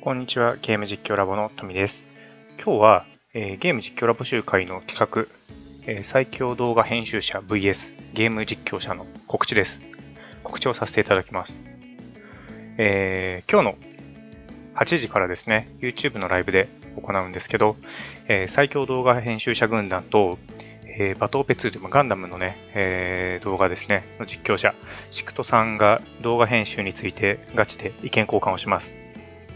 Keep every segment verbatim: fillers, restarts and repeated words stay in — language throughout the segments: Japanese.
こんにちは、ゲーム実況ラボのトミです。今日は、えー、ゲーム実況ラボ集会の企画、えー、最強動画編集者 ブイエス ゲーム実況者の告知です。告知をさせていただきます。えー、今日のはちじからですね、YouTube のライブで行うんですけど、えー、最強動画編集者軍団と、えー、バトーペツーというガンダムのね、えー、動画ですね、の実況者、シクトさんが動画編集についてガチで意見交換をします。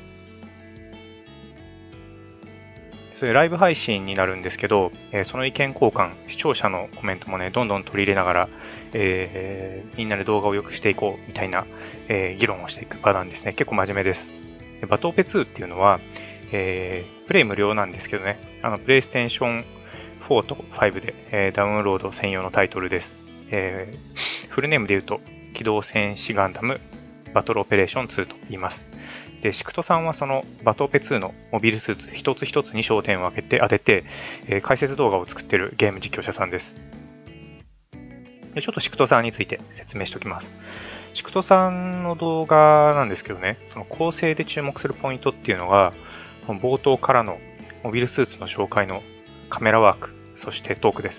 それライブ配信になるんですけど、えー、その意見交換、視聴者のコメントもね、どんどん取り入れながら、えー、みんなで動画を良くしていこうみたいな、えー、議論をしていく場なんですね。結構真面目です。バトーペツーっていうのは、えー、プレイ無料なんですけどね、あのプレイステーションフォーとファイブで、えー、ダウンロード専用のタイトルです。えー、フルネームで言うと、機動戦士ガンダムバトルオペレーションツーと言います。で、シクトさんはそのバトーペツーのモビルスーツ一つ一つに焦点を当てて、当てて、えー、解説動画を作っているゲーム実況者さんです。でちょっとシクトさんについて説明しておきます。シクトさんの動画なんですけどね、その構成で注目するポイントっていうのが、冒頭からのモビルスーツの紹介のカメラワーク、そしてトークです。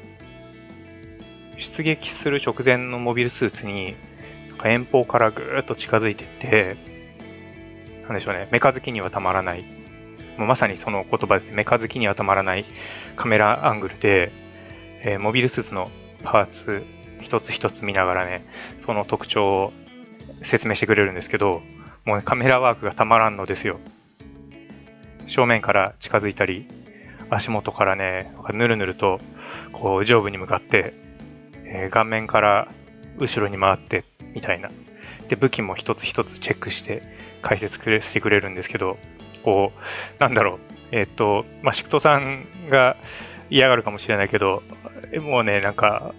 出撃する直前のモビルスーツに遠方からぐーっと近づいていって、なんでしょうね、メカ好きにはたまらない、もうまさにその言葉ですね、メカ好きにはたまらないカメラアングルで、えー、モビルスーツのパーツ一つ一つ見ながらね、その特徴を説明してくれるんですけど、もう、ね、カメラワークがたまらんのですよ。正面から近づいたり、足元からね、ぬるぬるとこう上部に向かって、えー、顔面から後ろに回ってみたいな。で、武器も一つ一つチェックして解説してくれるんですけど、こう、なんだろう、えっと、まあ、シクトさんが嫌がるかもしれないけど、もうね、なんか、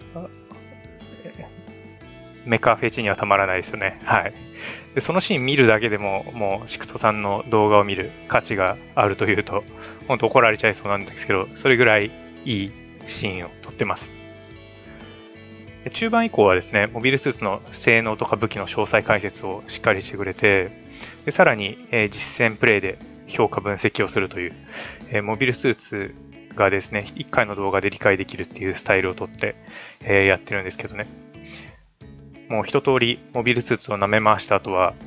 メカフェチにはたまらないですよね。はい。で、そのシーン見るだけでも、もうシクトさんの動画を見る価値があるというと、本当怒られちゃいそうなんですけど、それぐらいいいシーンを撮ってます。中盤以降はですね、モビルスーツの性能とか武器の詳細解説をしっかりしてくれて、でさらに、えー、実践プレイで評価分析をするという、えー、モビルスーツがですね、いっかいの動画で理解できるっていうスタイルをとって、えー、やってるんですけどね。もう一通りモビルスーツを舐め回した後は、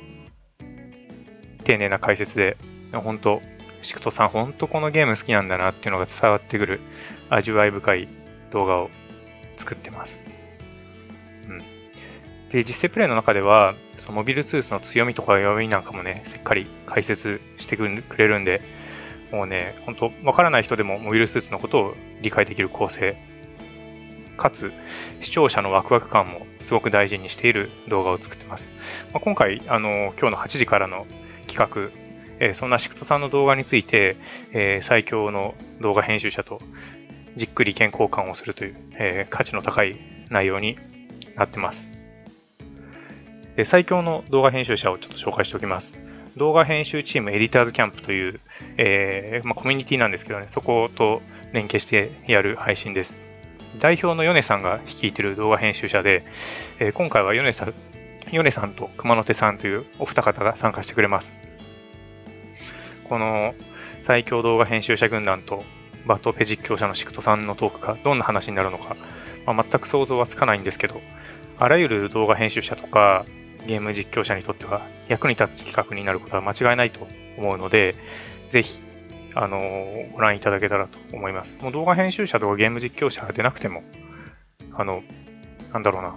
丁寧な解説で、本当シクトさん本当このゲーム好きなんだなっていうのが伝わってくる味わい深い動画を作ってます。うん、で実践プレイの中ではそのモビルスーツの強みとか弱みなんかもねしっかり解説してくれるんで、もうね本当わからない人でもモビルスーツのことを理解できる構成かつ視聴者のワクワク感もすごく大事にしている動画を作ってます。まあ、今回あの今日のはちじからの企画、えー、そんなシクトさんの動画について、えー、最強の動画編集者とじっくり意見交換をするという、えー、価値の高い内容になってます。で最強の動画編集者をちょっと紹介しておきます。動画編集チームエディターズキャンプという、えーまあ、コミュニティなんですけどね、そこと連携してやる配信です。代表のヨネさんが率いている動画編集者で、えー、今回はヨネさん、ヨネさんと熊野手さんというお二方が参加してくれます。この最強動画編集者軍団とバトペ実況者のシクトさんのトークがどんな話になるのか、まあ、全く想像はつかないんですけど、あらゆる動画編集者とかゲーム実況者にとっては役に立つ企画になることは間違いないと思うので、ぜひあのー、ご覧いただけたらと思います。もう動画編集者とかゲーム実況者が出なくても、あの、なんだろうな、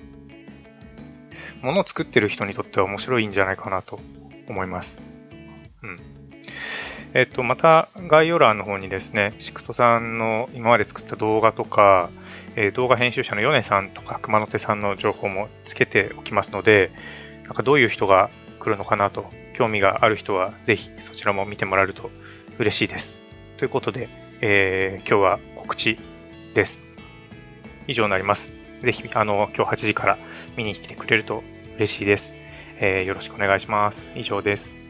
ものを作ってる人にとっては面白いんじゃないかなと思います。うん。えっと、また概要欄の方にですね、シクトさんの今まで作った動画とか、えー、動画編集者のヨネさんとか熊野手さんの情報もつけておきますので、なんかどういう人が来るのかなと興味がある人はぜひそちらも見てもらえると嬉しいです。ということで、えー、今日は告知です。以上になります。ぜひあの今日はちじから見に来てくれると嬉しいです。えー、よろしくお願いします。以上です。